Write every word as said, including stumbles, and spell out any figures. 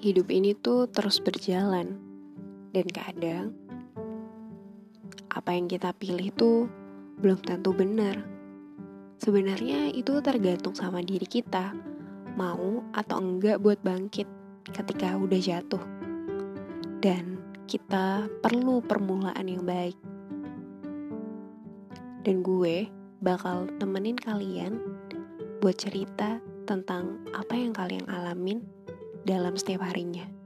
Hidup ini tuh terus berjalan. Dan kadang, apa yang kita pilih tuh belum tentu benar. Sebenarnya itu tergantung sama diri kita, mau atau enggak buat bangkit ketika udah jatuh. Dan kita perlu permulaan yang baik. Dan gue bakal temenin kalian buat cerita tentang apa yang kalian alamin dalam setiap harinya.